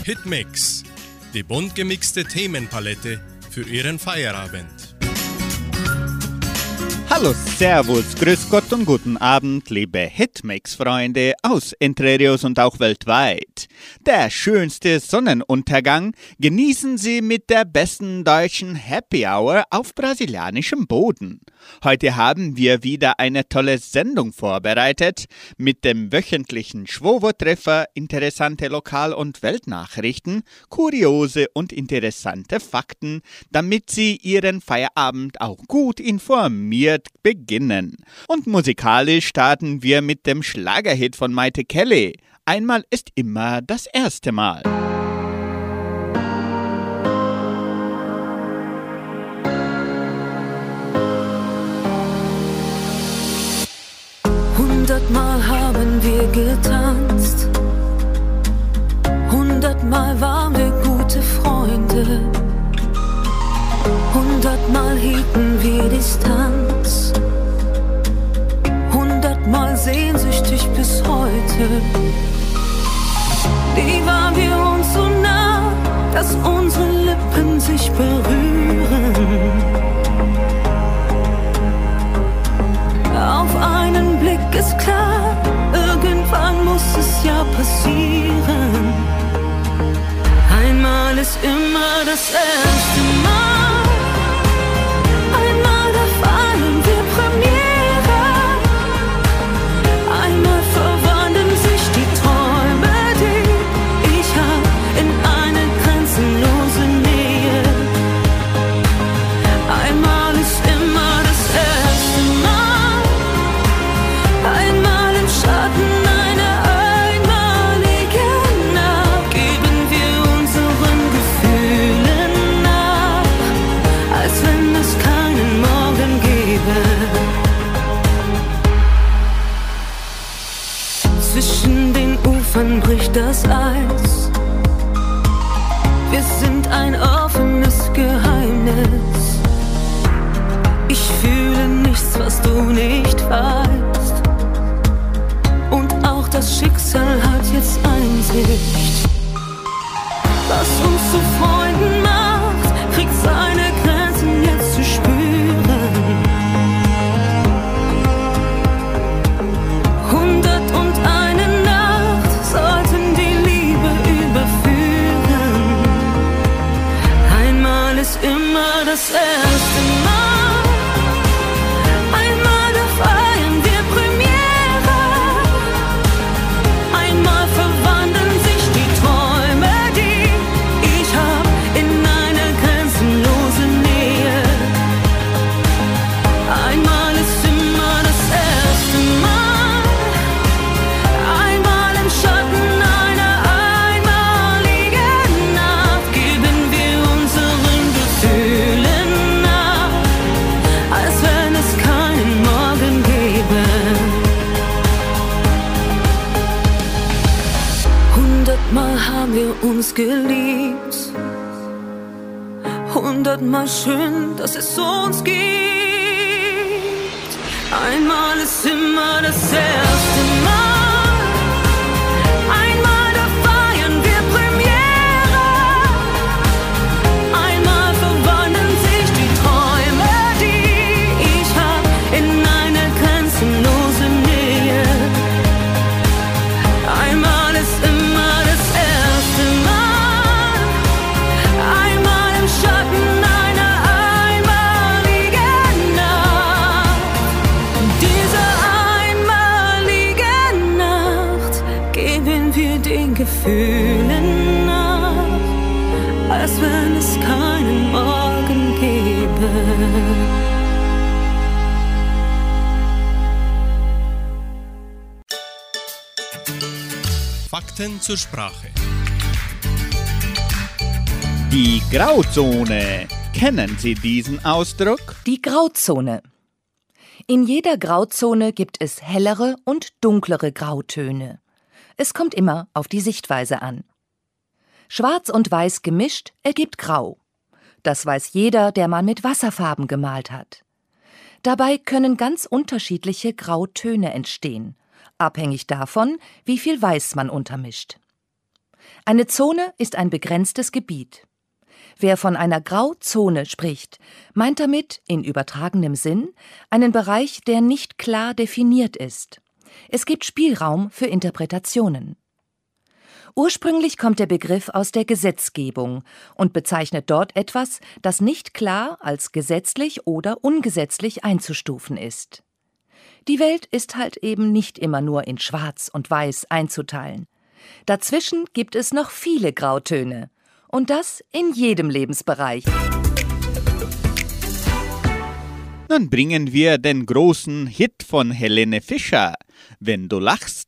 Hitmix, die bunt gemixte Themenpalette für Ihren Feierabend. Hallo, Servus, Grüß Gott und guten Abend, liebe Hitmix-Freunde aus Entre Rios und auch weltweit. Der schönste Sonnenuntergang genießen Sie mit der besten deutschen Happy Hour auf brasilianischem Boden. Heute haben wir wieder eine tolle Sendung vorbereitet mit dem wöchentlichen Schwovo-Treffer, interessante Lokal- und Weltnachrichten, kuriose und interessante Fakten, damit Sie Ihren Feierabend auch gut informiert beginnen. Und musikalisch starten wir mit dem Schlagerhit von Maite Kelly. Einmal ist immer das erste Mal. Hundertmal haben wir getanzt, 100-mal waren wir gute Freunde, 100-mal hielten wir Distanz, 100-mal sehnsüchtig bis heute. Nie waren wir uns so nah, dass unsere Lippen sich berühren. Auf einen Blick ist klar, irgendwann muss es ja passieren. Einmal ist immer das erste Mal. Einmal da feiern wir Premiere. Einmal verwandeln sich die Träume, die ich hab, in eine grenzenlose Nähe. Einmal ist immer das erste Mal. Einmal im Schatten einer einmaligen Nacht geben wir unseren Gefühlen nach, als wenn es keinen Morgen gäbe. Zwischen den Ufern bricht das Eis. Wir sind ein offenes Geheimnis. Ich fühle nichts, was du nicht weißt. Und auch das Schicksal hat jetzt Einsicht. Was uns zu Freunden macht, kriegt seine Grenzen jetzt zu spüren. 101 Nacht sollten die Liebe überführen. Einmal ist immer das erste Mal. Einmal da feiern wir Premiere. Einmal verwandeln sich die Träume, die ich hab, in eine grenzenlose Nähe. Einmal ist immer das erste Mal. Einmal im Schatten einer einmaligen Nacht geben wir unseren Gefühlen nach, als wenn es keinen Morgen gäbe. 100-mal haben wir uns geliebt, 100-mal schön, dass es uns gibt. Einmal ist immer das erste Mal. Einmal da feiern wir Premiere. Einmal verwandeln sich die Träume, die ich hab, in eine grenzenlose Nähe. Einmal ist immer das erste Mal. Einmal im Schatten einer einmaligen Nacht. Dieser einmaligen Nacht geben wir den Gefühlen nach, als wenn es keinen Morgen gäbe. Fakten zur Sprache. Die Grauzone. Kennen Sie diesen Ausdruck? Die Grauzone. In jeder Grauzone gibt es hellere und dunklere Grautöne. Es kommt immer auf die Sichtweise an. Schwarz und Weiß gemischt ergibt Grau. Das weiß jeder, der mal mit Wasserfarben gemalt hat. Dabei können ganz unterschiedliche Grautöne entstehen, abhängig davon, wie viel Weiß man untermischt. Eine Zone ist ein begrenztes Gebiet. Wer von einer Grauzone spricht, meint damit, in übertragenem Sinn, einen Bereich, der nicht klar definiert ist. Es gibt Spielraum für Interpretationen. Ursprünglich kommt der Begriff aus der Gesetzgebung und bezeichnet dort etwas, das nicht klar als gesetzlich oder ungesetzlich einzustufen ist. Die Welt ist halt eben nicht immer nur in Schwarz und Weiß einzuteilen. Dazwischen gibt es noch viele Grautöne. Und das in jedem Lebensbereich. Nun bringen wir den großen Hit von Helene Fischer, Wenn du lachst.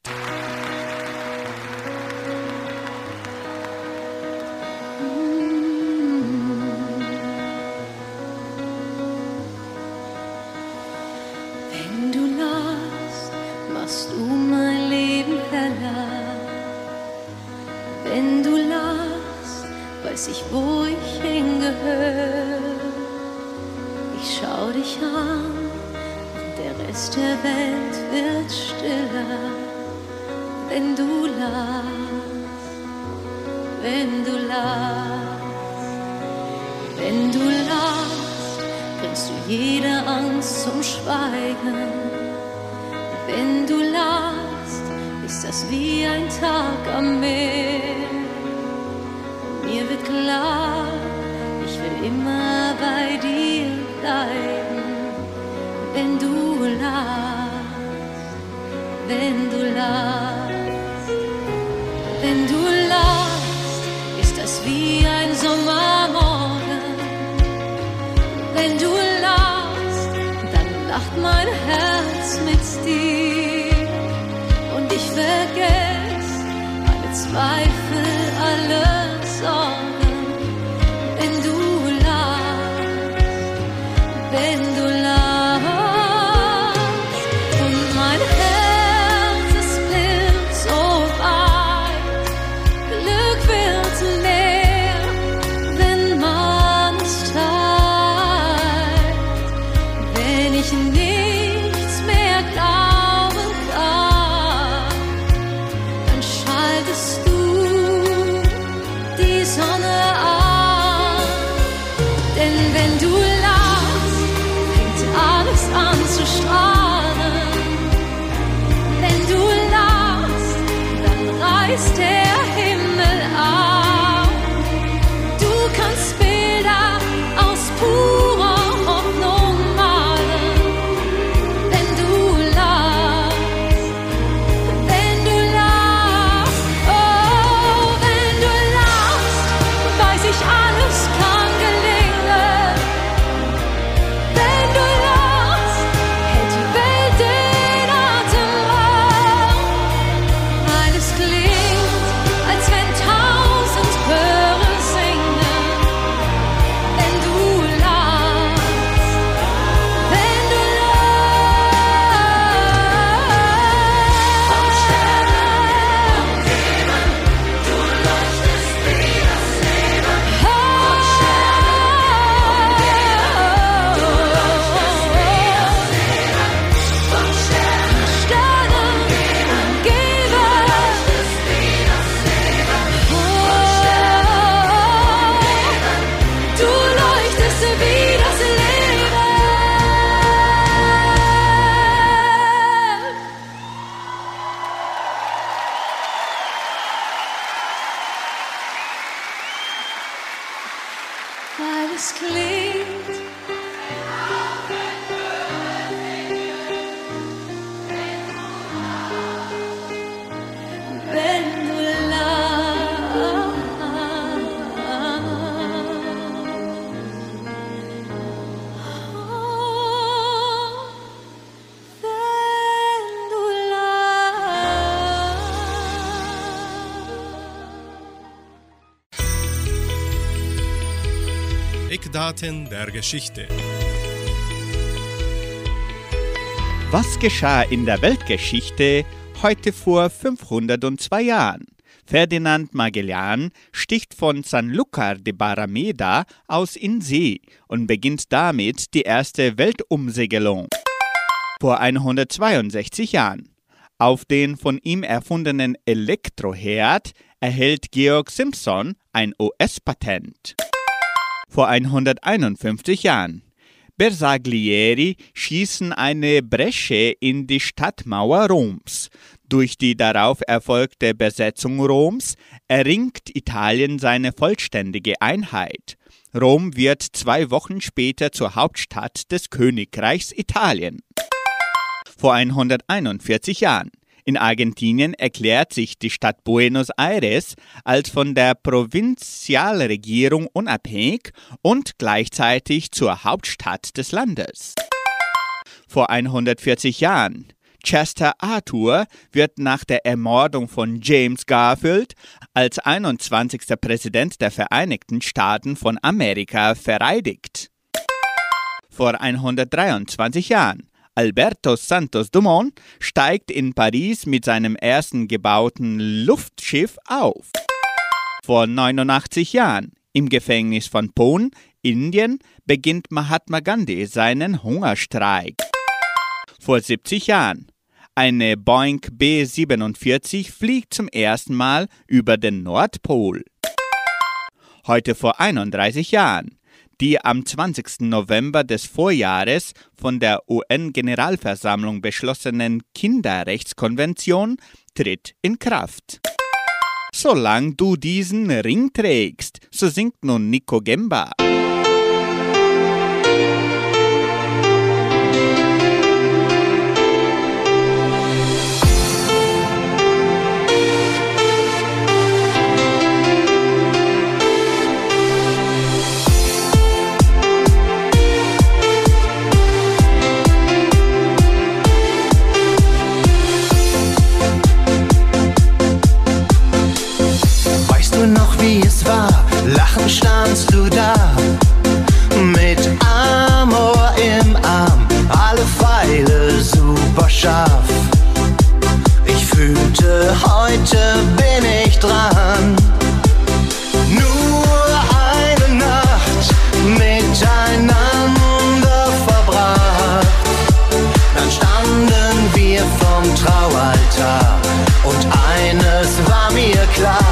Wenn du lachst, machst du mein Leben heller. Wenn du lachst, weiß ich, wo ich hingehöre. Ich schau dich an und der Rest der Welt wird stiller. Wenn du lachst, wenn du lachst, wenn du lachst, bringst du jede Angst zum Schweigen. Wenn du lachst, ist das wie ein Tag am Meer. Mir wird klar, ich will immer bei dir bleiben. Wenn du lachst, wenn du lachst, wenn du lachst, ist das wie ein Sommermorgen. Wenn du lachst, dann lacht mein Herz mit dir. Und ich vergesse alle Zweifel, alle Sorgen. Wenn du lachst, wenn du lachst. Und mein Herz, es wird so weit. Glück wird mehr, wenn man es teilt. Wenn ich nichts mehr glauben kann, dann schaltest du die Sonne an. Denn wenn du lachst, fängt alles an zu strahlen. Wenn du lachst, dann reißt der Himmel auf. Du kannst Bilder aus purer Hoffnung malen. Wenn du lachst, wenn du lachst, oh, wenn du lachst, weiß ich, alles kann gelingen. Wenn du lachst, hält die Welt den Atem an. Alles klingt, als wenn 1000 Chöre singen. Wenn du lachst, wenn du du leuchtest wie das Leben. Weil es klingt, wenn du lachst. Oh, wenn du lachst. Eckdaten der Geschichte. Was geschah in der Weltgeschichte heute vor 502 Jahren? Ferdinand Magellan sticht von Sanlúcar de Barrameda aus in See und beginnt damit die erste Weltumsegelung. Vor 162 Jahren. Auf den von ihm erfundenen Elektroherd erhält Georg Simpson ein US-Patent. Vor 151 Jahren. Bersaglieri schießen eine Bresche in die Stadtmauer Roms. Durch die darauf erfolgte Besetzung Roms erringt Italien seine vollständige Einheit. Rom wird 2 Wochen später zur Hauptstadt des Königreichs Italien. Vor 141 Jahren. In Argentinien erklärt sich die Stadt Buenos Aires als von der Provinzialregierung unabhängig und gleichzeitig zur Hauptstadt des Landes. Vor 140 Jahren. Chester Arthur wird nach der Ermordung von James Garfield als 21. Präsident der Vereinigten Staaten von Amerika vereidigt. Vor 123 Jahren. Alberto Santos Dumont steigt in Paris mit seinem ersten gebauten Luftschiff auf. Vor 89 Jahren, im Gefängnis von Pune, Indien, beginnt Mahatma Gandhi seinen Hungerstreik. Vor 70 Jahren, eine Boeing B-47 fliegt zum ersten Mal über den Nordpol. Heute vor 31 Jahren. Die am 20. November des Vorjahres von der UN-Generalversammlung beschlossenen Kinderrechtskonvention tritt in Kraft. Solange du diesen Ring trägst, so singt nun Nico Gemba. Lachend standst du da, mit Amor im Arm, alle Pfeile super scharf. Ich fühlte, heute bin ich dran. Nur eine Nacht miteinander verbracht. Dann standen wir vom Traualtar und eines war mir klar.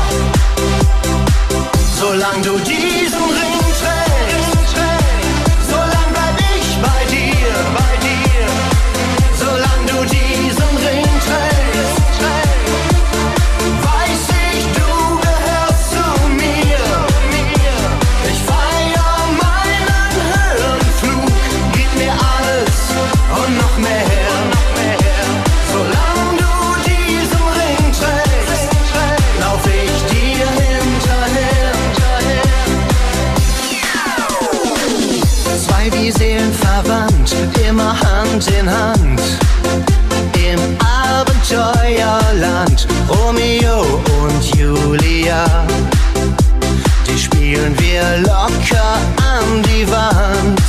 Solange du diesen Ring trägst, solange bleib ich bei dir. Solange du diesen Ring trägst, weiß ich, du gehörst zu mir. Ich feier meinen Höhenflug, gib mir alles und noch mehr. Solange du diesen Ring trägst, lauf ich dir hinterher. Wie Seelen verwandt, immer Hand in Hand. Im Abenteuerland, Romeo und Julia. Die spielen wir locker an die Wand.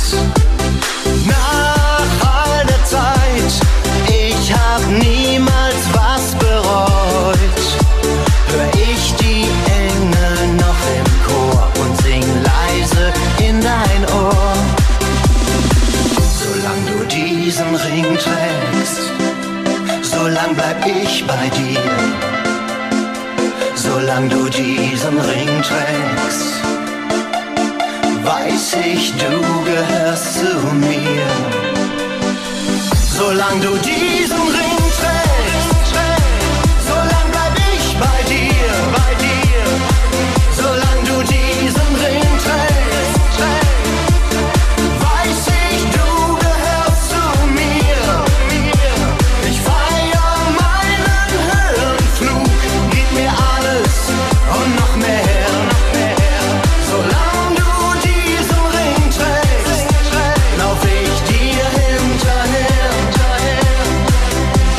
Nach all der Zeit, ich hab niemals was bereut. Hör ich die Engel noch im Chor und sing leise in dein Ohr. Solange du diesen Ring trägst, solang bleib ich bei dir. Solange du diesen Ring trägst, weiß ich, du gehörst zu mir. Solange du diesen Ring trägst, solang bleib ich bei dir. Solange du diesen Ring trägst, weiß ich, du gehörst zu mir. Ich feier meinen Höhenflug, gib mir alles und noch mehr. Solange du diesen Ring trägst, lauf ich dir hinterher.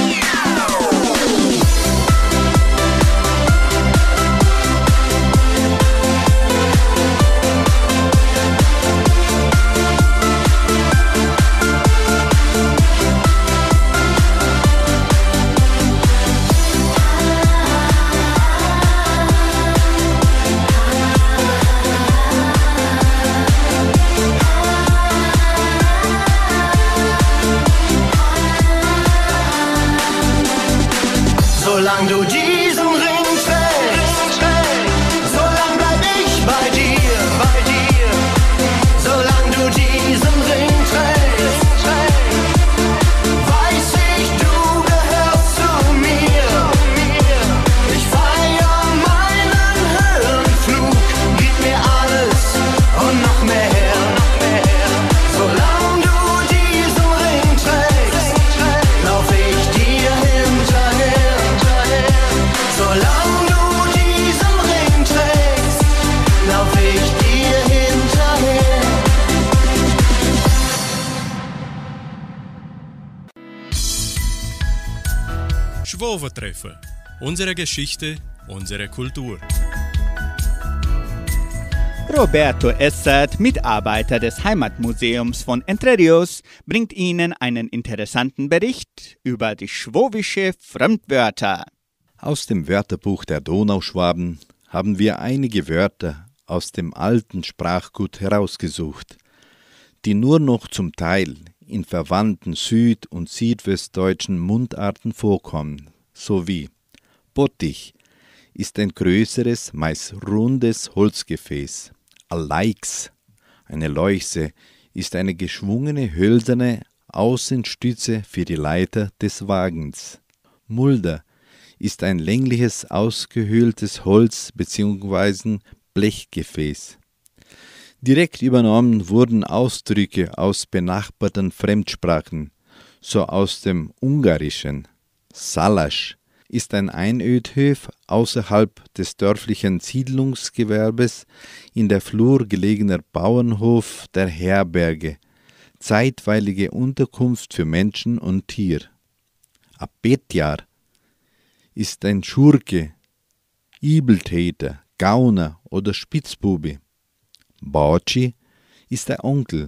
Aufeinandertreffen. Unsere Geschichte, unsere Kultur. Roberto Essert, Mitarbeiter des Heimatmuseums von Entre Rios, bringt Ihnen einen interessanten Bericht über die schwäbische Fremdwörter. Aus dem Wörterbuch der Donauschwaben haben wir einige Wörter aus dem alten Sprachgut herausgesucht, die nur noch zum Teil in verwandten süd- und südwestdeutschen Mundarten vorkommen, sowie Bottich ist ein größeres, meist rundes Holzgefäß. Leix, eine Leuchse, ist eine geschwungene hölzerne Außenstütze für die Leiter des Wagens. Mulder ist ein längliches, ausgehöhltes Holz- bzw. Blechgefäß. Direkt übernommen wurden Ausdrücke aus benachbarten Fremdsprachen, so aus dem Ungarischen. Salasch ist ein Einödhof außerhalb des dörflichen Siedlungsgewerbes in der Flur gelegener Bauernhof der Herberge, zeitweilige Unterkunft für Menschen und Tier. Abetjar ist ein Schurke, Übeltäter, Gauner oder Spitzbube. Baci ist der Onkel.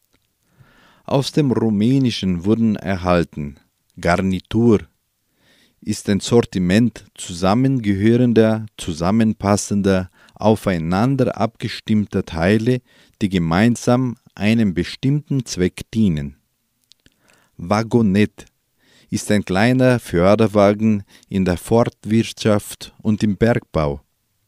Aus dem Rumänischen wurden erhalten Garnitur ist ein Sortiment zusammengehörender, zusammenpassender, aufeinander abgestimmter Teile, die gemeinsam einem bestimmten Zweck dienen. Wagonett ist ein kleiner Förderwagen in der Forstwirtschaft und im Bergbau.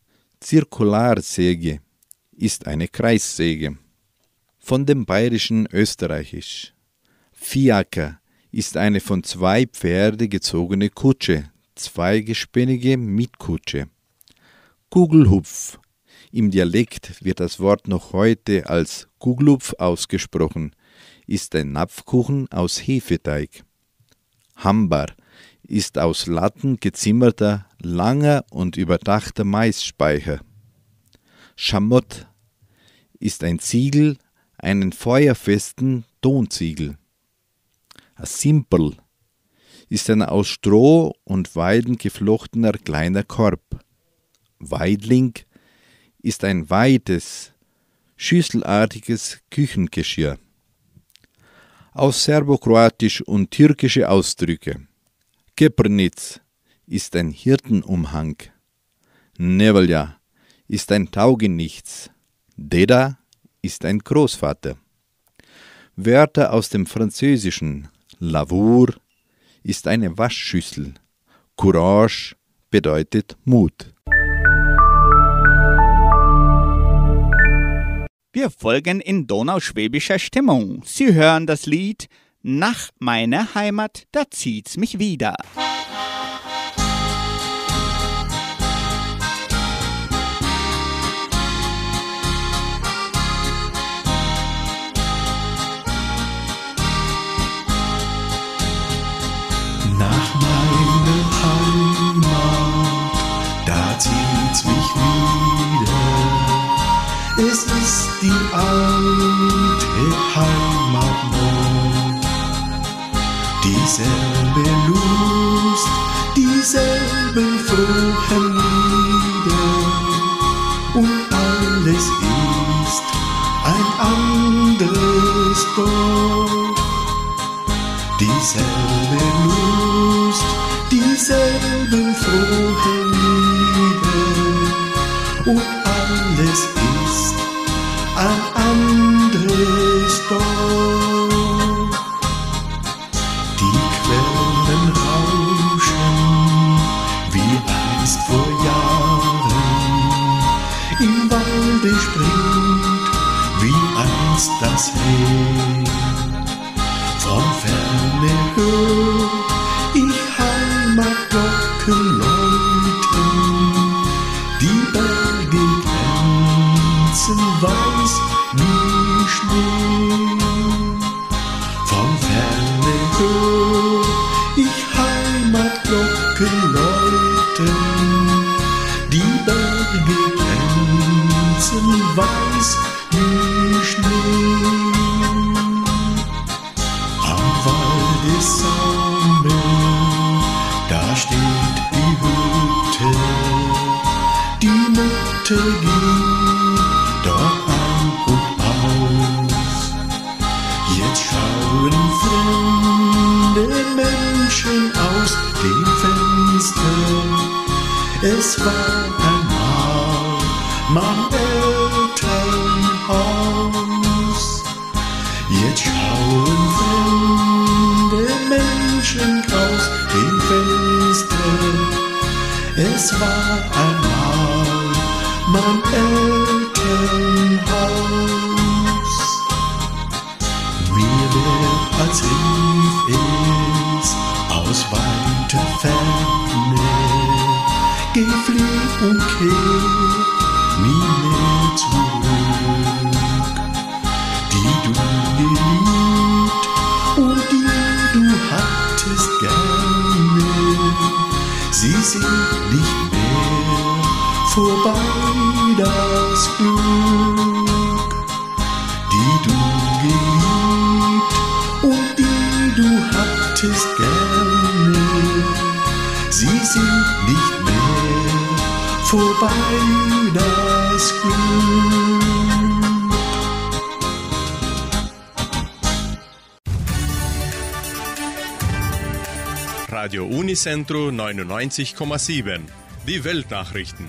Zirkularsäge ist eine Kreissäge. Von dem bayerischen Österreichisch. Fiaker ist eine von 2 Pferde gezogene Kutsche, zweigespännige Mitkutsche. Gugelhupf. Im Dialekt wird das Wort noch heute als Gugelhupf ausgesprochen, ist ein Napfkuchen aus Hefeteig. Hambar ist aus Latten gezimmerter, langer und überdachter Maisspeicher. Schamott ist ein Ziegel, einen feuerfesten Tonziegel. Ein Simperl ist ein aus Stroh und Weiden geflochtener kleiner Korb. Weidling ist ein weites, schüsselartiges Küchengeschirr. Aus serbokroatisch und türkische Ausdrücke. Keprnitz ist ein Hirtenumhang. Nevelja ist ein Taugenichts. Deda ist ein Großvater. Wörter aus dem Französischen. Lavour ist eine Waschschüssel. Courage bedeutet Mut. Wir folgen in donauschwäbischer Stimmung. Sie hören das Lied Nach meiner Heimat, da zieht's mich wieder. Nach meiner Heimat, da zieht's mich wieder. Es ist die alte Heimat noch. Dieselbe Lust, dieselben frohen Lieder. Und alles ist ein anderes dort. Dieselbe Lust, dieselben frohen Lieder und alles ist ein anderes dort. Die Quellen rauschen wie einst vor Jahren, im Walde springt wie einst das Reh. Von Ferne hör ich Heimatglocken läuten, die Berge glänzen weiß wie Schnee. Von Ferne hör ich Heimatglocken läuten, die Berge glänzen weiß wie Schnee. Waldessamen, da steht ging dort ein und aus. Jetzt schauen fremde Menschen aus dem Fenster. Es war einmal mein Elternhaus. Jetzt schauen fremde Menschen aus dem Fenster. Es war einmal mein Elternhaus. Mir wird, als rief es aus weiter Ferne: Geh, flieh und kehr nie mehr zurück. Die du geliebt und die du hattest gerne, sie sind nicht mehr vorbei, das Glück. Die du geliebt und die du hattest gerne, sie sind nicht mehr vorbei, das Glück. Radio Unicentro 99,7. Die Weltnachrichten.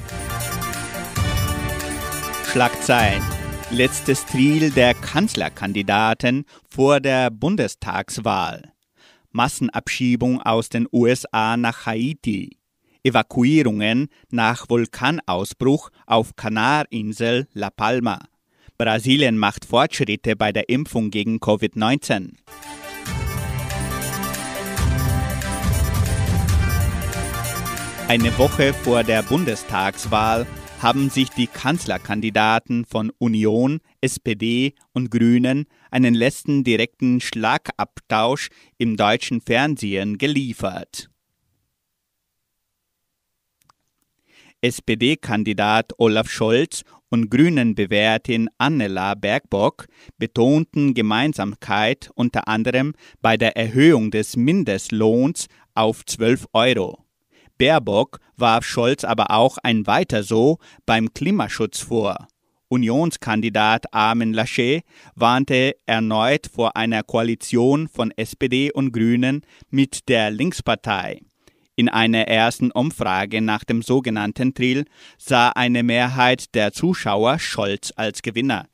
Schlagzeilen. Letztes Triel der Kanzlerkandidaten vor der Bundestagswahl. Massenabschiebung aus den USA nach Haiti. Evakuierungen nach Vulkanausbruch auf Kanarinsel La Palma. Brasilien macht Fortschritte bei der Impfung gegen Covid-19. Eine Woche vor der Bundestagswahl haben sich die Kanzlerkandidaten von Union, SPD und Grünen einen letzten direkten Schlagabtausch im deutschen Fernsehen geliefert. SPD-Kandidat Olaf Scholz und Grünen-Bewährtin Annela Baerbock betonten Gemeinsamkeit unter anderem bei der Erhöhung des Mindestlohns auf 12 Euro. Baerbock warf Scholz aber auch ein Weiter so beim Klimaschutz vor. Unionskandidat Armin Laschet warnte erneut vor einer Koalition von SPD und Grünen mit der Linkspartei. In einer ersten Umfrage nach dem sogenannten Triel sah eine Mehrheit der Zuschauer Scholz als Gewinner.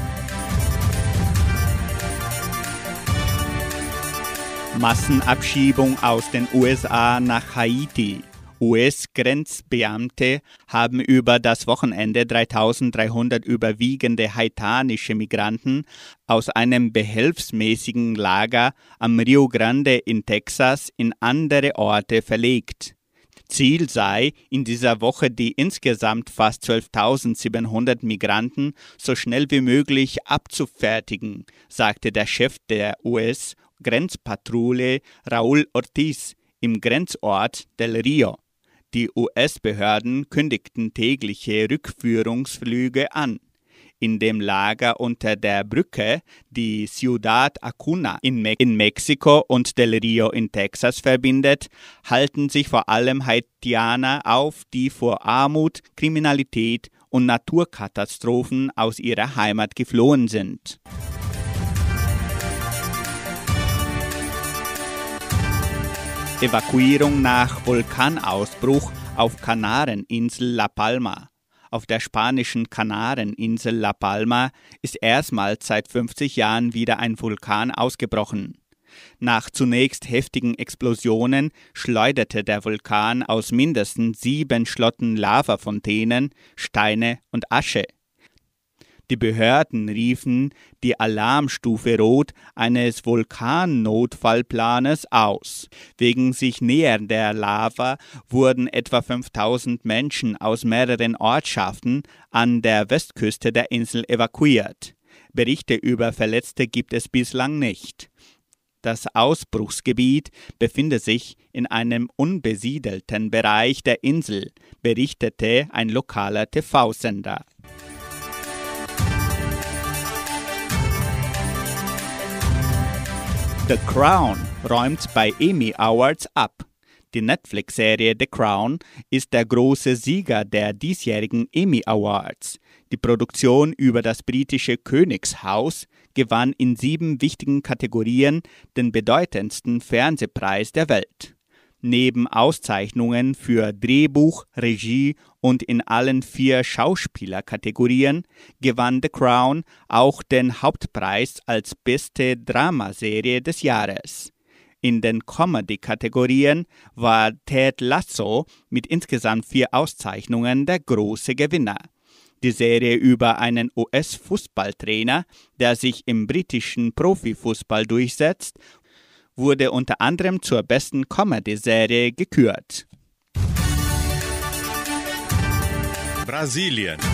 Massenabschiebung aus den USA nach Haiti. US-Grenzbeamte haben über das Wochenende 3300 überwiegende haitianische Migranten aus einem behelfsmäßigen Lager am Rio Grande in Texas in andere Orte verlegt. Ziel sei, in dieser Woche die insgesamt fast 12.700 Migranten so schnell wie möglich abzufertigen, sagte der Chef der US-Grenzpatrouille Raúl Ortiz im Grenzort Del Rio. Die US-Behörden kündigten tägliche Rückführungsflüge an. In dem Lager unter der Brücke, die Ciudad Acuna in Mexiko und Del Rio in Texas verbindet, halten sich vor allem Haitianer auf, die vor Armut, Kriminalität und Naturkatastrophen aus ihrer Heimat geflohen sind. Evakuierung nach Vulkanausbruch auf Kanareninsel La Palma. Auf der spanischen Kanareninsel La Palma ist erstmals seit 50 Jahren wieder ein Vulkan ausgebrochen. Nach zunächst heftigen Explosionen schleuderte der Vulkan aus mindestens 7 Schlotten Lavafontänen, Steine und Asche. Die Behörden riefen die Alarmstufe Rot eines Vulkannotfallplanes aus. Wegen sich nähernder Lava wurden etwa 5000 Menschen aus mehreren Ortschaften an der Westküste der Insel evakuiert. Berichte über Verletzte gibt es bislang nicht. Das Ausbruchsgebiet befindet sich in einem unbesiedelten Bereich der Insel, berichtete ein lokaler TV-Sender. The Crown räumt bei Emmy Awards ab. Die Netflix-Serie The Crown ist der große Sieger der diesjährigen Emmy Awards. Die Produktion über das britische Königshaus gewann in 7 wichtigen Kategorien den bedeutendsten Fernsehpreis der Welt. Neben Auszeichnungen für Drehbuch, Regie und in allen 4 Schauspielerkategorien gewann The Crown auch den Hauptpreis als beste Dramaserie des Jahres. In den Comedy-Kategorien war Ted Lasso mit insgesamt 4 Auszeichnungen der große Gewinner. Die Serie über einen US-Fußballtrainer, der sich im britischen Profifußball durchsetzt, wurde unter anderem zur besten Comedy-Serie gekürt. Brasilien.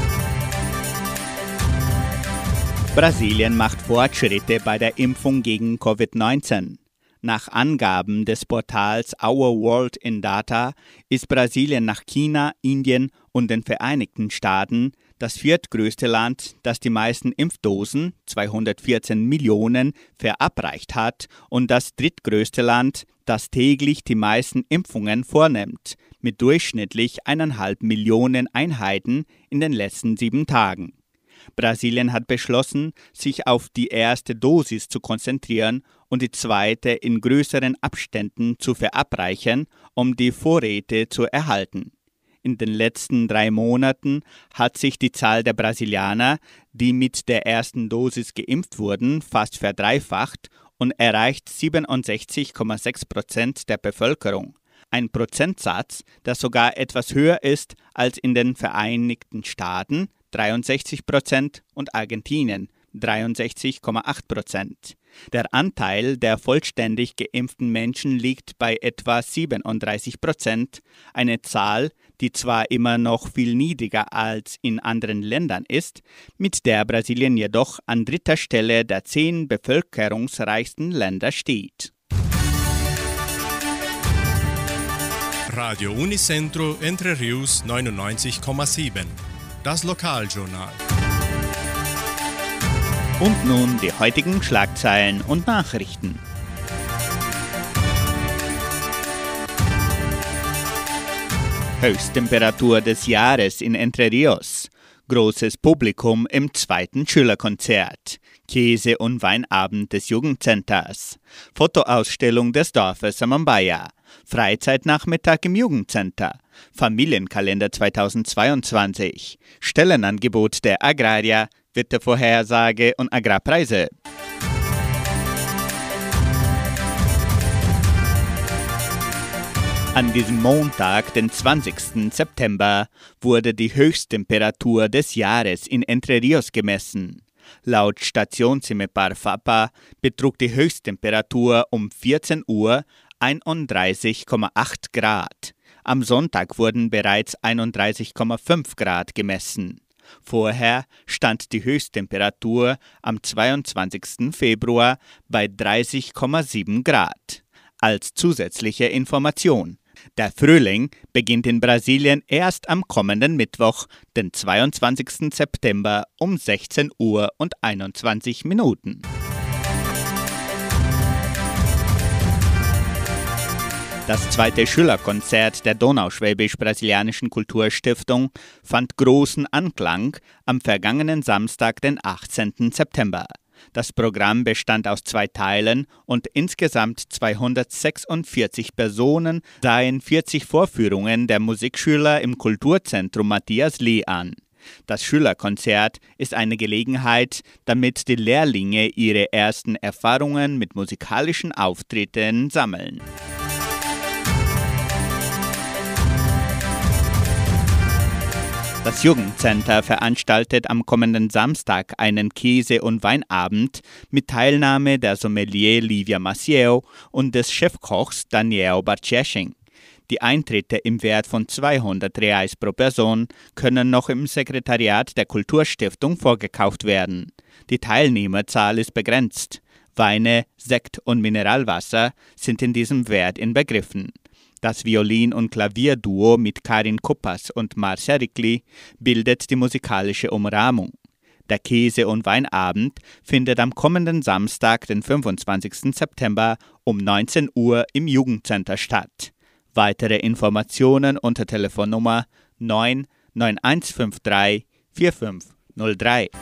Brasilien macht Fortschritte bei der Impfung gegen Covid-19. Nach Angaben des Portals Our World in Data ist Brasilien nach China, Indien und den Vereinigten Staaten das 4. größte Land, das die meisten Impfdosen, 214 Millionen, verabreicht hat und das 3. größte Land, das täglich die meisten Impfungen vornimmt, mit durchschnittlich 1,5 Millionen Einheiten in den letzten 7 Tagen. Brasilien hat beschlossen, sich auf die erste Dosis zu konzentrieren und die zweite in größeren Abständen zu verabreichen, um die Vorräte zu erhalten. In den letzten 3 Monaten hat sich die Zahl der Brasilianer, die mit der ersten Dosis geimpft wurden, fast verdreifacht und erreicht 67,6% der Bevölkerung. Ein Prozentsatz, der sogar etwas höher ist als in den Vereinigten Staaten, 63%, und Argentinien, 63,8%. Der Anteil der vollständig geimpften Menschen liegt bei etwa 37%, eine Zahl, die zwar immer noch viel niedriger als in anderen Ländern ist, mit der Brasilien jedoch an 3. Stelle der 10 bevölkerungsreichsten Länder steht. Radio Unicentro Entre Rius 99,7. Das Lokaljournal. Und nun die heutigen Schlagzeilen und Nachrichten. Höchsttemperatur des Jahres in Entre Rios. Großes Publikum im 2. Schülerkonzert. Käse- und Weinabend des Jugendcenters. Fotoausstellung des Dorfes Samambaia. Freizeitnachmittag im Jugendcenter. Familienkalender 2022. Stellenangebot der Agraria. Wettervorhersage und Agrarpreise. An diesem Montag, den 20. September, wurde die Höchsttemperatur des Jahres in Entre Rios gemessen. Laut Station Cimepar Fapa betrug die Höchsttemperatur um 14 Uhr 31,8 Grad. Am Sonntag wurden bereits 31,5 Grad gemessen. Vorher stand die Höchsttemperatur am 22. Februar bei 30,7 Grad. Als zusätzliche Information: Der Frühling beginnt in Brasilien erst am kommenden Mittwoch, den 22. September um 16 Uhr und 21 Minuten. Das 2. Schülerkonzert der Donauschwäbisch-Brasilianischen Kulturstiftung fand großen Anklang am vergangenen Samstag, den 18. September. Das Programm bestand aus 2 Teilen und insgesamt 246 Personen sahen 40 Vorführungen der Musikschüler im Kulturzentrum Matthias Lee an. Das Schülerkonzert ist eine Gelegenheit, damit die Lehrlinge ihre ersten Erfahrungen mit musikalischen Auftritten sammeln. Das Jugendcenter veranstaltet am kommenden Samstag einen Käse- und Weinabend mit Teilnahme der Sommelier Livia Maciel und des Chefkochs Daniel Bartscheching. Die Eintritte im Wert von 200 Reais pro Person können noch im Sekretariat der Kulturstiftung vorgekauft werden. Die Teilnehmerzahl ist begrenzt. Weine, Sekt und Mineralwasser sind in diesem Wert inbegriffen. Das Violin- und Klavierduo mit Karin Kuppas und Marcia Rikli bildet die musikalische Umrahmung. Der Käse- und Weinabend findet am kommenden Samstag, den 25. September um 19 Uhr im Jugendcenter statt. Weitere Informationen unter Telefonnummer 99153 4503.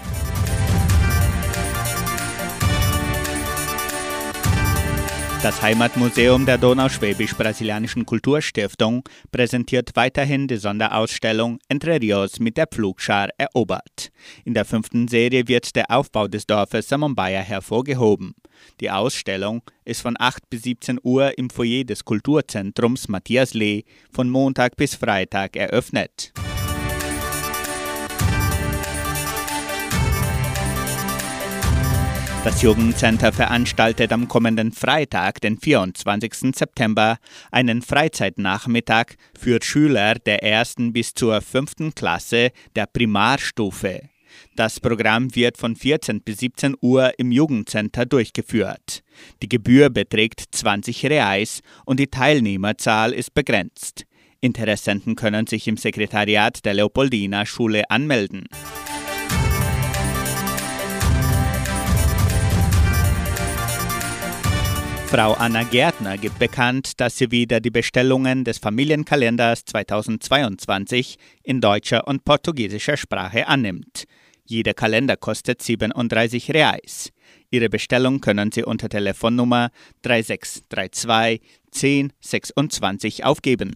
Das Heimatmuseum der Donauschwäbisch-Brasilianischen Kulturstiftung präsentiert weiterhin die Sonderausstellung Entre Rios mit der Pflugschar erobert. In der 5. Serie wird der Aufbau des Dorfes Samambaia hervorgehoben. Die Ausstellung ist von 8 bis 17 Uhr im Foyer des Kulturzentrums Matthias Lee von Montag bis Freitag eröffnet. Das Jugendcenter veranstaltet am kommenden Freitag, den 24. September, einen Freizeitnachmittag für Schüler der 1. bis zur 5. Klasse der Primarstufe. Das Programm wird von 14 bis 17 Uhr im Jugendcenter durchgeführt. Die Gebühr beträgt 20 Reais und die Teilnehmerzahl ist begrenzt. Interessenten können sich im Sekretariat der Leopoldina-Schule anmelden. Frau Anna Gärtner gibt bekannt, dass sie wieder die Bestellungen des Familienkalenders 2022 in deutscher und portugiesischer Sprache annimmt. Jeder Kalender kostet 37 Reais. Ihre Bestellung können Sie unter Telefonnummer 3632 1026 aufgeben.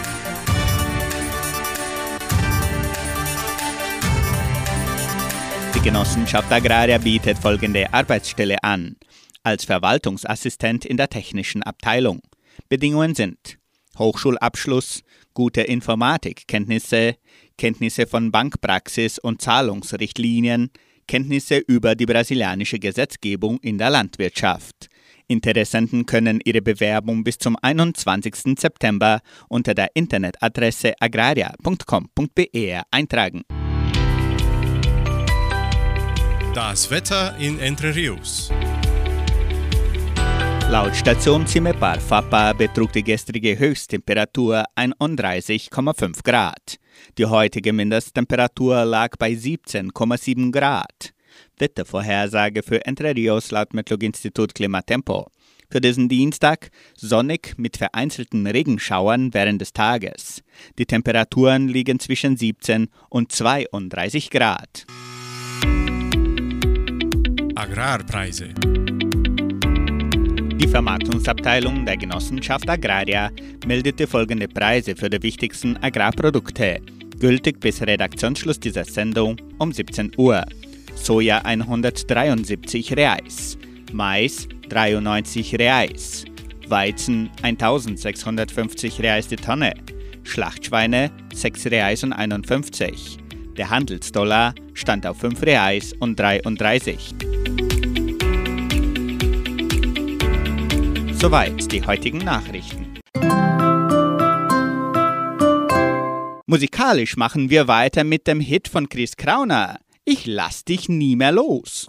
Die Genossenschaft Agraria bietet folgende Arbeitsstelle an. Als Verwaltungsassistent in der technischen Abteilung. Bedingungen sind Hochschulabschluss, gute Informatikkenntnisse, Kenntnisse von Bankpraxis und Zahlungsrichtlinien, Kenntnisse über die brasilianische Gesetzgebung in der Landwirtschaft. Interessenten können ihre Bewerbung bis zum 21. September unter der Internetadresse agraria.com.br eintragen. Das Wetter in Entre Rios. Laut Station Cimepar Fapa betrug die gestrige Höchsttemperatur 31,5 Grad. Die heutige Mindesttemperatur lag bei 17,7 Grad. Wettervorhersage für Entre Rios laut Metlog-Institut Klimatempo. Für diesen Dienstag sonnig mit vereinzelten Regenschauern während des Tages. Die Temperaturen liegen zwischen 17 und 32 Grad. Agrarpreise. Die Vermarktungsabteilung der Genossenschaft Agraria meldete folgende Preise für die wichtigsten Agrarprodukte, gültig bis Redaktionsschluss dieser Sendung um 17 Uhr. Soja 173 Reais, Mais 93 Reais, Weizen 1650 Reais die Tonne, Schlachtschweine 6 Reais und 51. Der Handelsdollar stand auf 5 Reais und 33. Soweit die heutigen Nachrichten. Musikalisch machen wir weiter mit dem Hit von Chris Krauner. Ich lass dich nie mehr los.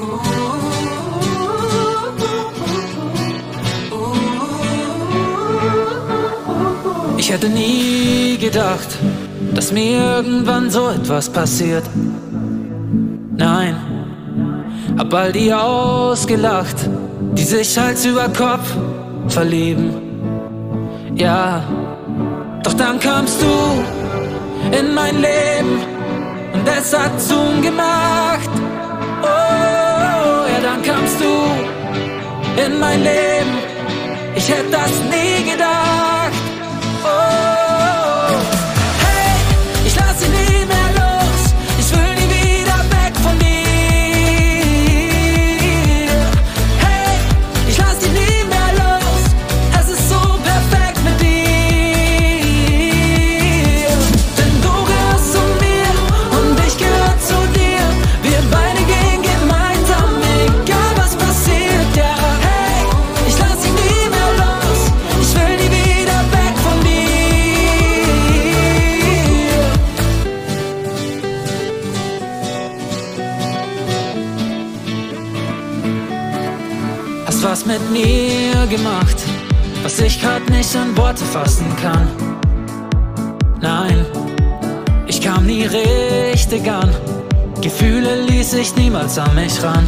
Ich hätte nie gedacht, dass mir irgendwann so etwas passiert. Nein, hab all die ausgelacht, die sich Hals über Kopf verlieben. Ja, doch dann kamst du in mein Leben und es hat Zoom gemacht. Oh, ja, dann kamst du in mein Leben. Ich hätte das nie gedacht. Oh, hey, ich lass sie nie mehr los. Ich will nie wieder weg von dir. Hey, ich lass sie nie mehr los. Es ist so perfekt mit dir. Denn du gehörst zu mir und ich gehöre zu dir. Wir beide gehen gemeinsam, egal was passiert, ja. Hey, ich lass sie nie mehr los. Ich will nie wieder weg von dir. Hast was mit mir gemacht, was ich grad nicht in Worte fassen kann. Nein, ich kam nie richtig an. Gefühle ließ ich niemals an mich ran.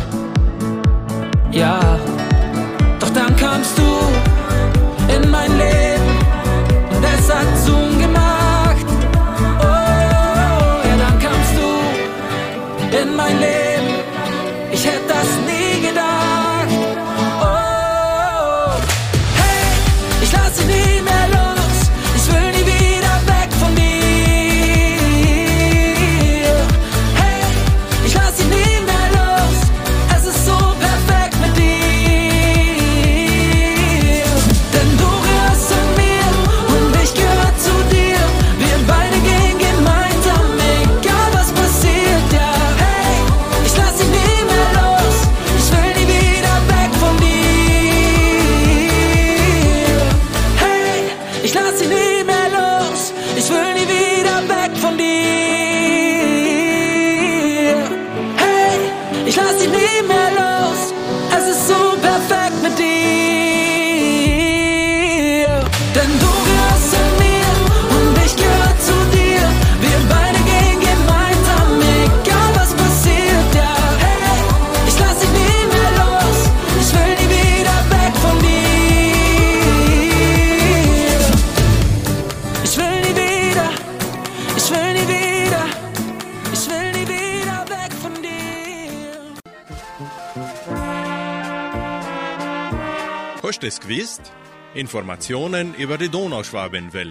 Ja, doch dann kamst du in mein Leben und es Transaktion gemacht. Oh, ja, dann kamst du in mein Leben. Ich hätte das nie gedacht. Oh, hey, ich lass dich nie mehr los. Ich will nie wieder weg von dir. Hey, ich lass dich nie mehr los. Es ist so perfekt mit dir. Denn du gehörst zu mir und ich gehöre zu dir. Wir beide gehen gemeinsam, egal was passiert, ja. Hey, ich lass dich nie mehr los. Ich will nie wieder weg von dir. Hey, ich lass dich nie mehr los. Ich will nie wieder weg von dir. Hey, ich lass dich nie mehr los. Es ist so perfekt mit dir. Denn du gehörst zu mir und ich gehöre zu dir. Wir beide gehen gemeinsam, egal was passiert, ja. Hey, ich lass dich nie mehr los. Ich will nie wieder weg von dir. Ich will nie wieder, ich will nie wieder, ich will nie wieder weg von dir. Hast du es gewusst? Informationen über die Donauschwabenwelle.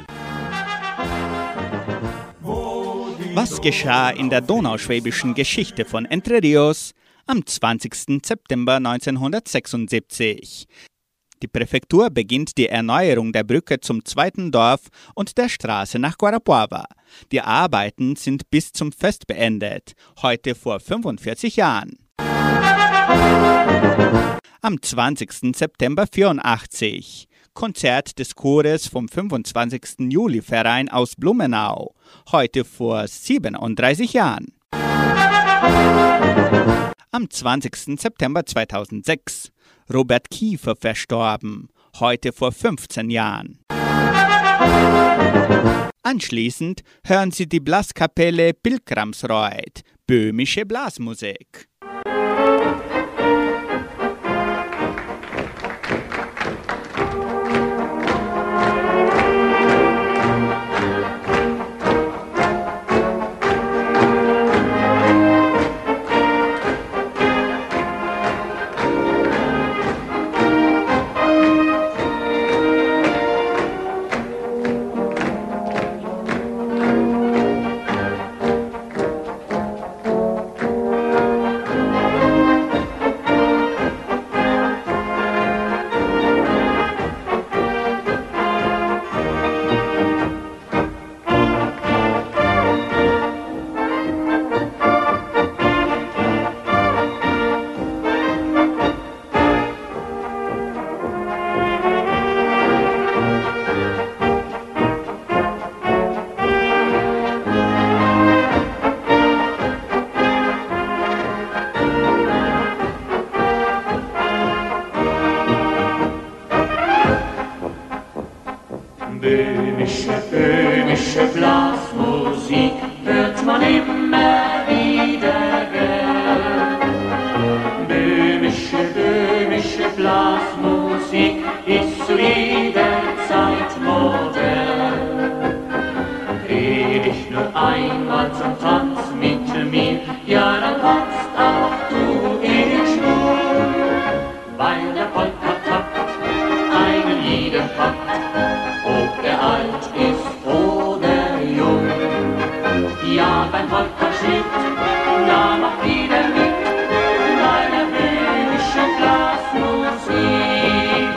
Was geschah in der donauschwäbischen Geschichte von Entre Rios am 20. September 1976? Die Präfektur beginnt die Erneuerung der Brücke zum zweiten Dorf und der Straße nach Guarapuava. Die Arbeiten sind bis zum Fest beendet, heute vor 45 Jahren. Am 20. September 1984. Konzert des Chores vom 25. Juli-Verein aus Blumenau, heute vor 37 Jahren. Am 20. September 2006. Robert Kiefer verstorben, heute vor 15 Jahren. Anschließend hören Sie die Blaskapelle Pilgrimsreuth, böhmische Blasmusik. Böhmische Blasmusik hört man immer wieder gern. Böhmische Blasmusik ist zu jeder Zeit modern. Dreh dich nur einmal zum Tanz mit mir, ja dann tanzt auch du in Schwung, weil der Polka-Takt einen jeden packt, ob er alt ist oder jung. Ja, beim Polka-Schritt, da macht jeder mit, bei der böhmischen Blasmusik.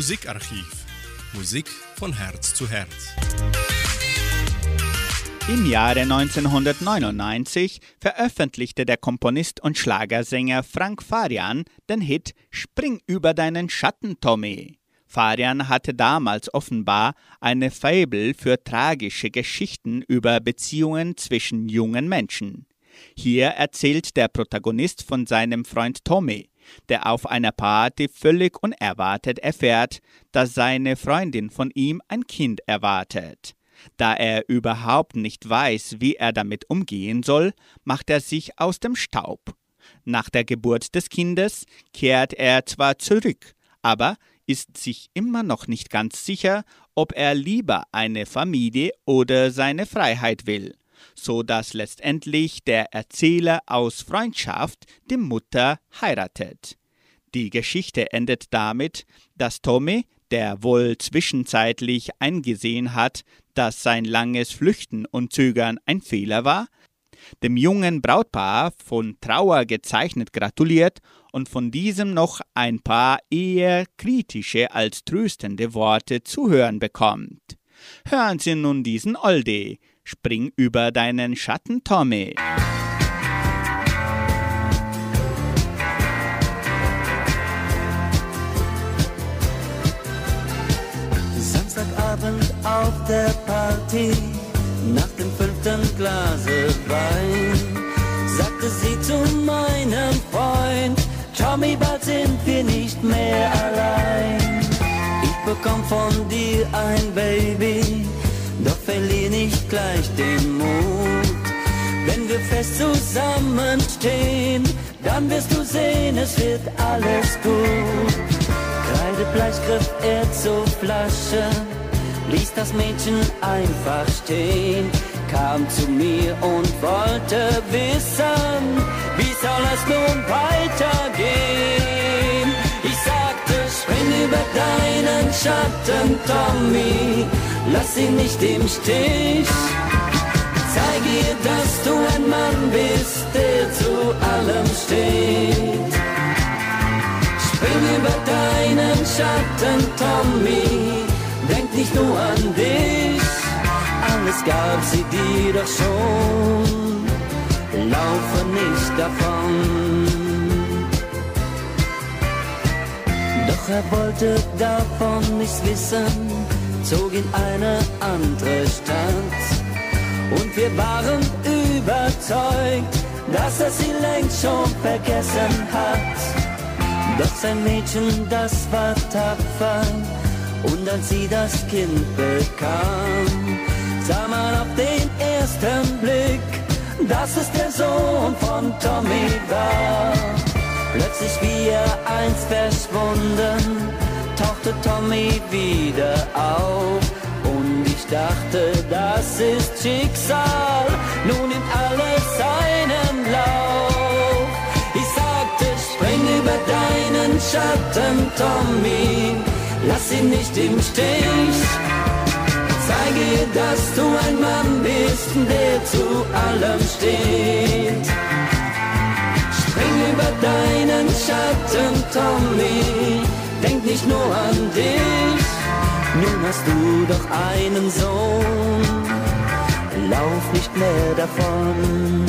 Musikarchiv. Musik von Herz zu Herz. Im Jahre 1999 veröffentlichte der Komponist und Schlagersänger Frank Farian den Hit »Spring über deinen Schatten, Tommy«. Farian hatte damals offenbar eine Faible für tragische Geschichten über Beziehungen zwischen jungen Menschen. Hier erzählt der Protagonist von seinem Freund Tommy, der auf einer Party völlig unerwartet erfährt, dass seine Freundin von ihm ein Kind erwartet. Da er überhaupt nicht weiß, wie er damit umgehen soll, macht er sich aus dem Staub. Nach der Geburt des Kindes kehrt er zwar zurück, aber ist sich immer noch nicht ganz sicher, ob er lieber eine Familie oder seine Freiheit will, so dass letztendlich der Erzähler aus Freundschaft die Mutter heiratet. Die Geschichte endet damit, dass Tommy, der wohl zwischenzeitlich eingesehen hat, dass sein langes Flüchten und Zögern ein Fehler war, dem jungen Brautpaar von Trauer gezeichnet gratuliert und von diesem noch ein paar eher kritische als tröstende Worte zu hören bekommt. Hören Sie nun diesen Oldie, »Spring über deinen Schatten, Tommy«. Samstagabend auf der Party, nach dem 5. Glase Wein, sagte sie zu meinem Freund, Tommy, bald sind wir nicht mehr allein. Ich bekomm von dir ein Baby, doch verlier nicht gleich den Mut. Wenn wir fest zusammenstehen, dann wirst du sehen, es wird alles gut. Kreidebleich griff er zur Flasche, ließ das Mädchen einfach stehen, kam zu mir und wollte wissen, wie soll es nun weitergehen? Ich sagte, spring über deinen Schatten, Tommy, lass ihn nicht im Stich. Zeig ihr, dass du ein Mann bist, der zu allem steht. Spring über deinen Schatten, Tommy, denk nicht nur an dich, alles gab sie dir doch schon, laufe nicht davon. Doch er wollte davon nichts wissen, zog in eine andere Stadt. Und wir waren überzeugt, dass er sie längst schon vergessen hat. Doch sein Mädchen, das war tapfer, und als sie das Kind bekam, sah man auf den ersten Blick, dass es der Sohn von Tommy war. Plötzlich wie er einst verschwunden, tauchte Tommy wieder auf. Und ich dachte, das ist Schicksal, nun nimmt alles seinen Lauf. Ich sagte, spring über deinen Schatten, Tommy, lass ihn nicht im Stich. Zeige ihr, dass du ein Mann bist, der zu allem steht. Spring über deinen Schatten, Tommy, denk nicht nur an dich. Nun hast du doch einen Sohn, lauf nicht mehr davon.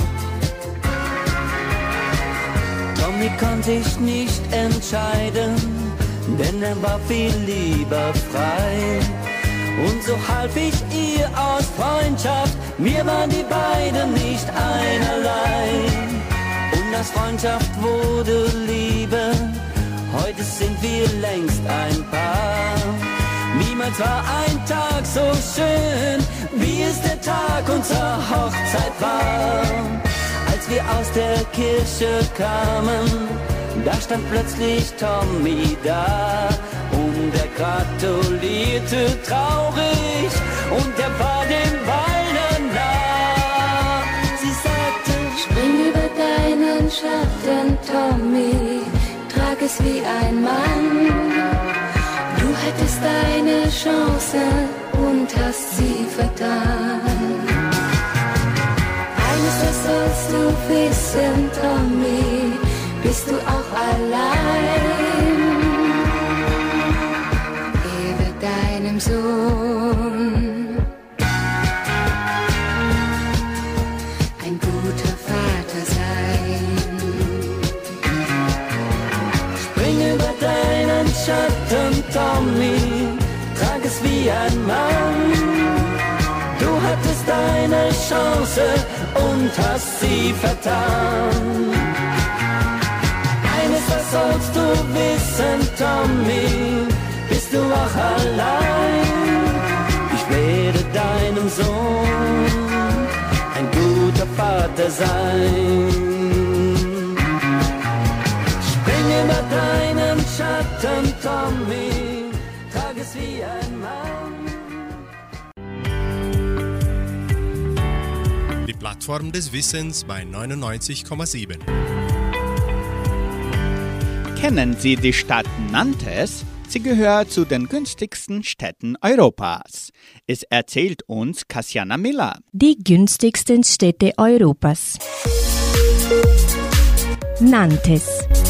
Tommy konnte sich nicht entscheiden, denn er war viel lieber frei. Und so half ich ihr aus Freundschaft, mir waren die beiden nicht einerlei. Und aus Freundschaft wurde Liebe, heute sind wir längst ein Paar. Niemals war ein Tag so schön, wie es der Tag unserer Hochzeit war. Als wir aus der Kirche kamen, da stand plötzlich Tommy da. Und er gratulierte traurig und er war dem Weinen nah. Sie sagte, spring über deinen Schatten, Tommy, trag es wie ein Mann. Du hättest deine Chance und hast sie vertan. Eines, das sollst du wissen, Tommy, bist du auch allein. ein Mann. Du hattest deine Chance und hast sie vertan. Eines, was sollst du wissen, Tommy, bist du auch allein. Ich werde deinem Sohn ein guter Vater sein. Spring über deinen Schatten, Tommy, trag es wie ein Mann. Die Plattform des Wissens bei 99,7. Kennen Sie die Stadt Nantes? Sie gehört zu den günstigsten Städten Europas. Es erzählt uns Kassiana Miller. Die günstigsten Städte Europas. Nantes.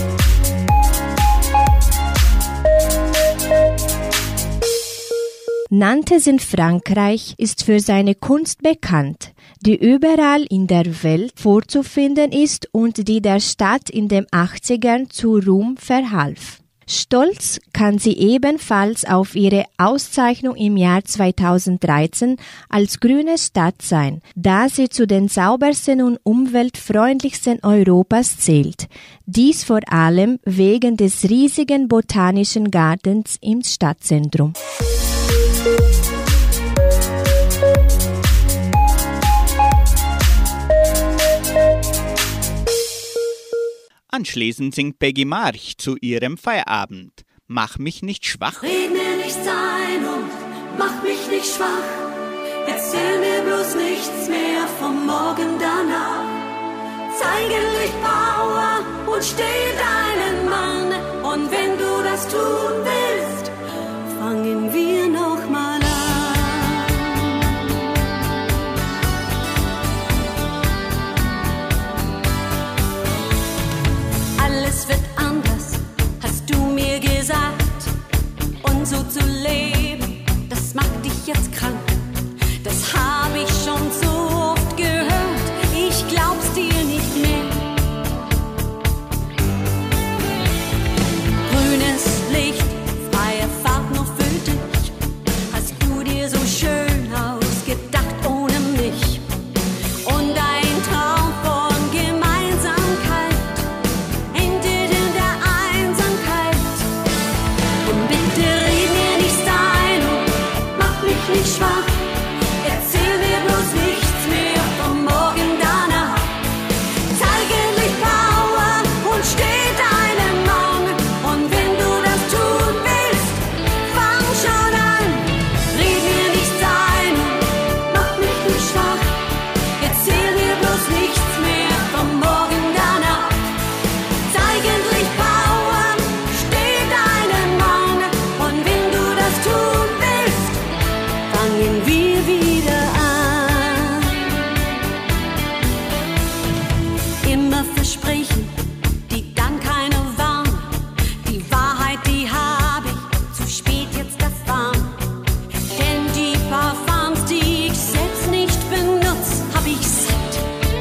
Nantes in Frankreich ist für seine Kunst bekannt, die überall in der Welt vorzufinden ist und die der Stadt in den 80ern zu Ruhm verhalf. Stolz kann sie ebenfalls auf ihre Auszeichnung im Jahr 2013 als grüne Stadt sein, da sie zu den saubersten und umweltfreundlichsten Europas zählt. Dies vor allem wegen des riesigen Botanischen Gartens im Stadtzentrum. Anschließend singt Peggy March zu ihrem Feierabend. Mach mich nicht schwach. Red mir nichts ein und mach mich nicht schwach. Erzähl mir bloß nichts mehr vom Morgen danach. Zeige Licht, Power und steh deinen Mann. Und wenn du das tun willst, fangen wir noch mal an. Alles wird anders, hast du mir gesagt. Und so zu leben, das macht dich jetzt krank. Das hab ich schon so oft gehört, ich glaub's dir nicht mehr. Grünes Licht, freie Fahrt nur für dich. Hast du dir so schön ausgedacht ohne mich. Und ein Traum von Gemeinsamkeit endet in der Einsamkeit. Und bitte red mir nichts ein und mach mich nicht schwach. Erzähl mir bloß nichts mehr vom Morgen danach. Zeige endlich Power und steh deinem Mann. Und wenn du das tun willst, fang schon an. Red mir nichts ein und mach mich nicht schwach. Erzähl mir bloß nichts mehr vom Morgen danach. Zeig endlich Power, steh deinem Mann. Und wenn du das tun willst, fangen wir wieder an. Immer Versprechen, die dann keine waren. Die Wahrheit, die habe ich zu spät jetzt erfahren. Denn die Parfums, die ich selbst nicht benutze, hab ich satt.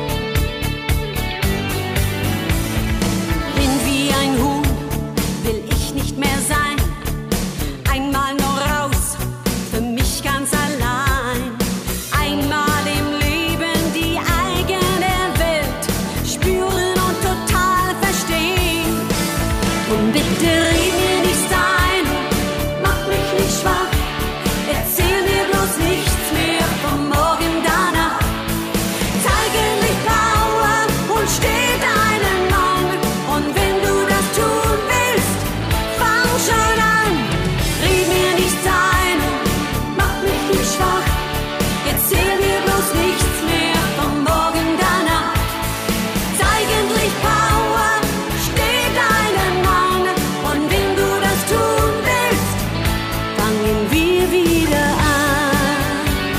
Bin wie ein Huhn, will ich nicht mehr sein. Einmal nur raus, für mich ganz allein. Einmal im Leben die eigene Welt spüren und total verstehen. Und bitte red mir nichts ein, mach mich nicht schwach. Erzähl mir bloß nichts mehr vom Morgen danach. Zeige Licht, Power und steh deinen Mann. Und wenn du das tun willst, fang schon an. Red mir nichts ein und mach mich nicht schwach. Erzähl mir bloß nichts mehr vom Morgen danach. Zeig endlich Power, steh deinen Mann. Und wenn du das tun willst, fangen wir wieder an.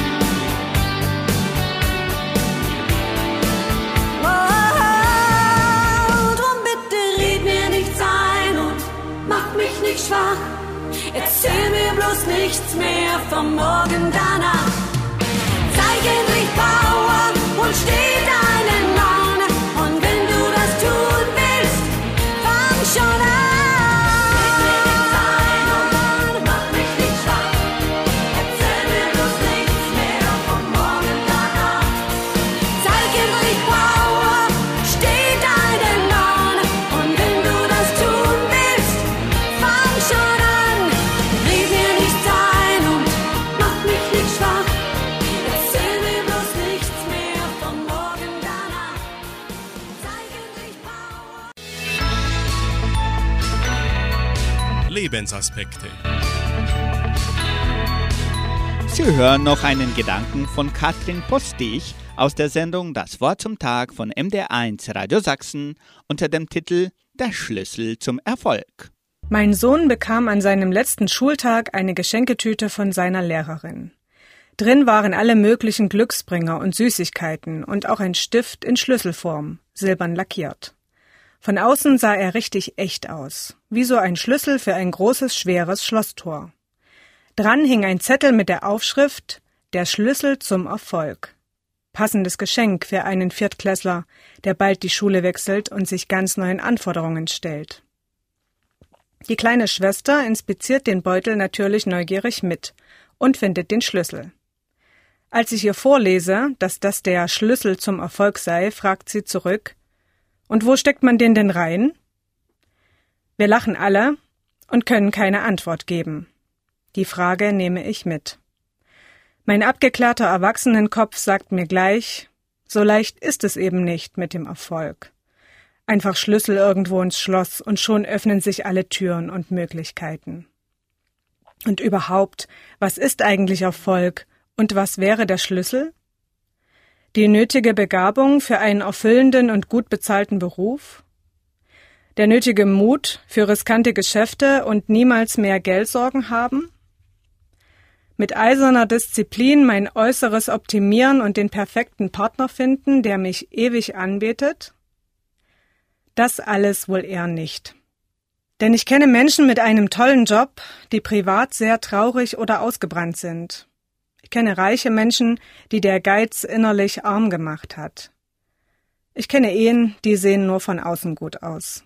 Oh, drum bitte red mir nichts ein und mach mich nicht schwach. Erzähl mir bloß nichts mehr vom Morgen danach. Zeig endlich Power und steh deinen Mann. Und wenn du das tun willst, fang schon an. Red mir nichts ein und mach mich nicht schwach. Lebensaspekte. Sie hören noch einen Gedanken von Katrin Postich aus der Sendung Das Wort zum Tag von MDR1 Radio Sachsen unter dem Titel Der Schlüssel zum Erfolg. Mein Sohn bekam an seinem letzten Schultag eine Geschenketüte von seiner Lehrerin. Drin waren alle möglichen Glücksbringer und Süßigkeiten und auch ein Stift in Schlüsselform, silbern lackiert. Von außen sah er richtig echt aus, wie so ein Schlüssel für ein großes, schweres Schlosstor. Dran hing ein Zettel mit der Aufschrift »Der Schlüssel zum Erfolg«. Passendes Geschenk für einen Viertklässler, der bald die Schule wechselt und sich ganz neuen Anforderungen stellt. Die kleine Schwester inspiziert den Beutel natürlich neugierig mit und findet den Schlüssel. Als ich ihr vorlese, dass das der Schlüssel zum Erfolg sei, fragt sie zurück: »Und wo steckt man den denn rein?« Wir lachen alle und können keine Antwort geben. Die Frage nehme ich mit. Mein abgeklärter Erwachsenenkopf sagt mir gleich, so leicht ist es eben nicht mit dem Erfolg. Einfach Schlüssel irgendwo ins Schloss und schon öffnen sich alle Türen und Möglichkeiten. Und überhaupt, was ist eigentlich Erfolg und was wäre der Schlüssel? Die nötige Begabung für einen erfüllenden und gut bezahlten Beruf? Der nötige Mut für riskante Geschäfte und niemals mehr Geldsorgen haben? Mit eiserner Disziplin mein Äußeres optimieren und den perfekten Partner finden, der mich ewig anbetet? Das alles wohl eher nicht. Denn ich kenne Menschen mit einem tollen Job, die privat sehr traurig oder ausgebrannt sind. Ich kenne reiche Menschen, die der Geiz innerlich arm gemacht hat. Ich kenne Ehen, die sehen nur von außen gut aus.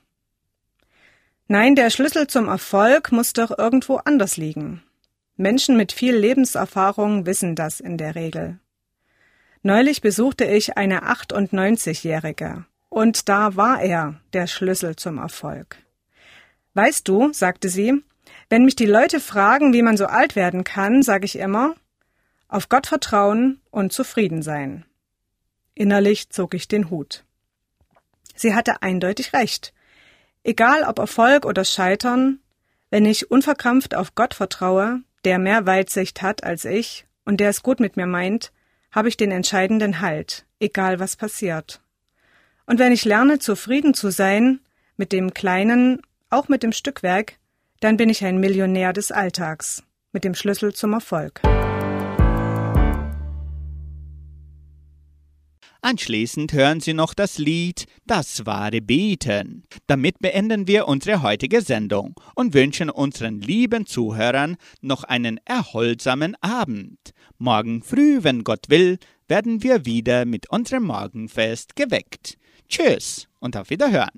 Nein, der Schlüssel zum Erfolg muss doch irgendwo anders liegen. Menschen mit viel Lebenserfahrung wissen das in der Regel. Neulich besuchte ich eine 98-Jährige und da war er, der Schlüssel zum Erfolg. Weißt du, sagte sie, wenn mich die Leute fragen, wie man so alt werden kann, sage ich immer, auf Gott vertrauen und zufrieden sein. Innerlich zog ich den Hut. Sie hatte eindeutig recht. Egal ob Erfolg oder Scheitern, wenn ich unverkrampft auf Gott vertraue, der mehr Weitsicht hat als ich und der es gut mit mir meint, habe ich den entscheidenden Halt, egal was passiert. Und wenn ich lerne, zufrieden zu sein, mit dem Kleinen, auch mit dem Stückwerk, dann bin ich ein Millionär des Alltags, mit dem Schlüssel zum Erfolg. Anschließend hören Sie noch das Lied »Das wahre Beten«. Damit beenden wir unsere heutige Sendung und wünschen unseren lieben Zuhörern noch einen erholsamen Abend. Morgen früh, wenn Gott will, werden wir wieder mit unserem Morgenfest geweckt. Tschüss und auf Wiederhören.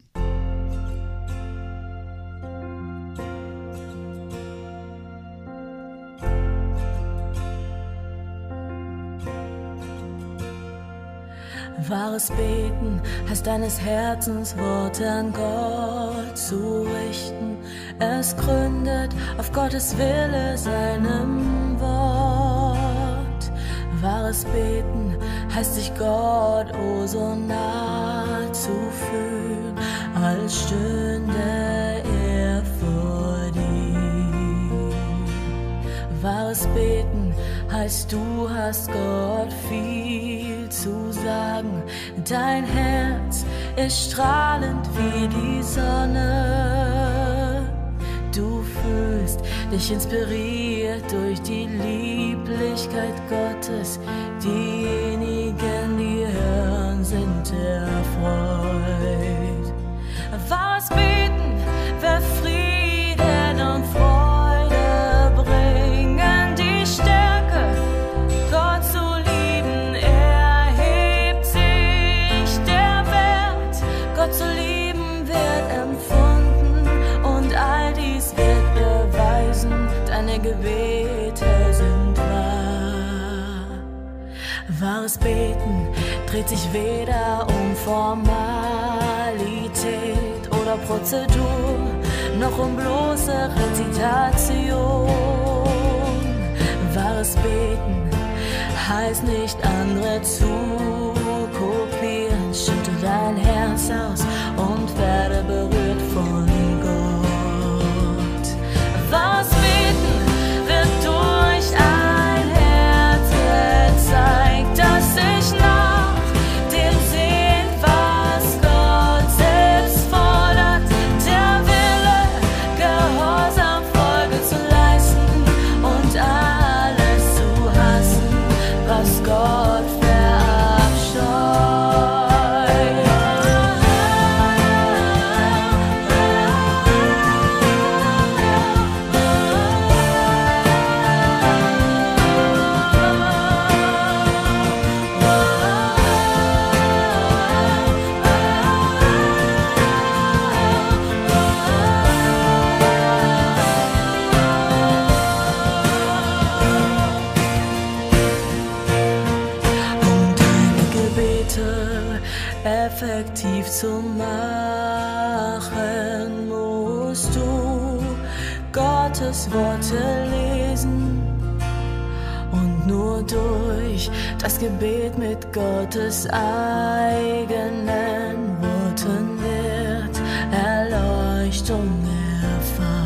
Wahres Beten heißt deines Herzens Worte an Gott zu richten. Es gründet auf Gottes Wille, seinem Wort. Wahres Beten heißt sich Gott oh so nah zu fühlen, als stünde er vor dir. Wahres Beten heißt, du hast Gott viel zu sagen. Dein Herz ist strahlend wie die Sonne. Du fühlst dich inspiriert durch die Lieblichkeit Gottes. Diejenigen, die hören, sind erfreut. Wahres Beten wird Frieden und Freude bringen. Die Stärke, Gott zu lieben, erhebt sich der Wert. Gott zu lieben wird empfunden und all dies wird beweisen, deine Gebete sind wahr. Wahres Beten dreht sich weder um Formalität oder Prozedur, noch um bloße Rezitation. Wahres Beten heißt nicht andere zu kopieren. Schütte dein Herz aus und werde berührt von Gott. effektiv zu machen, musst du Gottes Worte lesen. Und nur durch das Gebet mit Gottes eigenen Worten wird Erleuchtung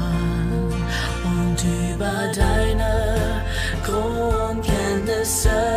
erfahren. Und über deine Grundkenntnisse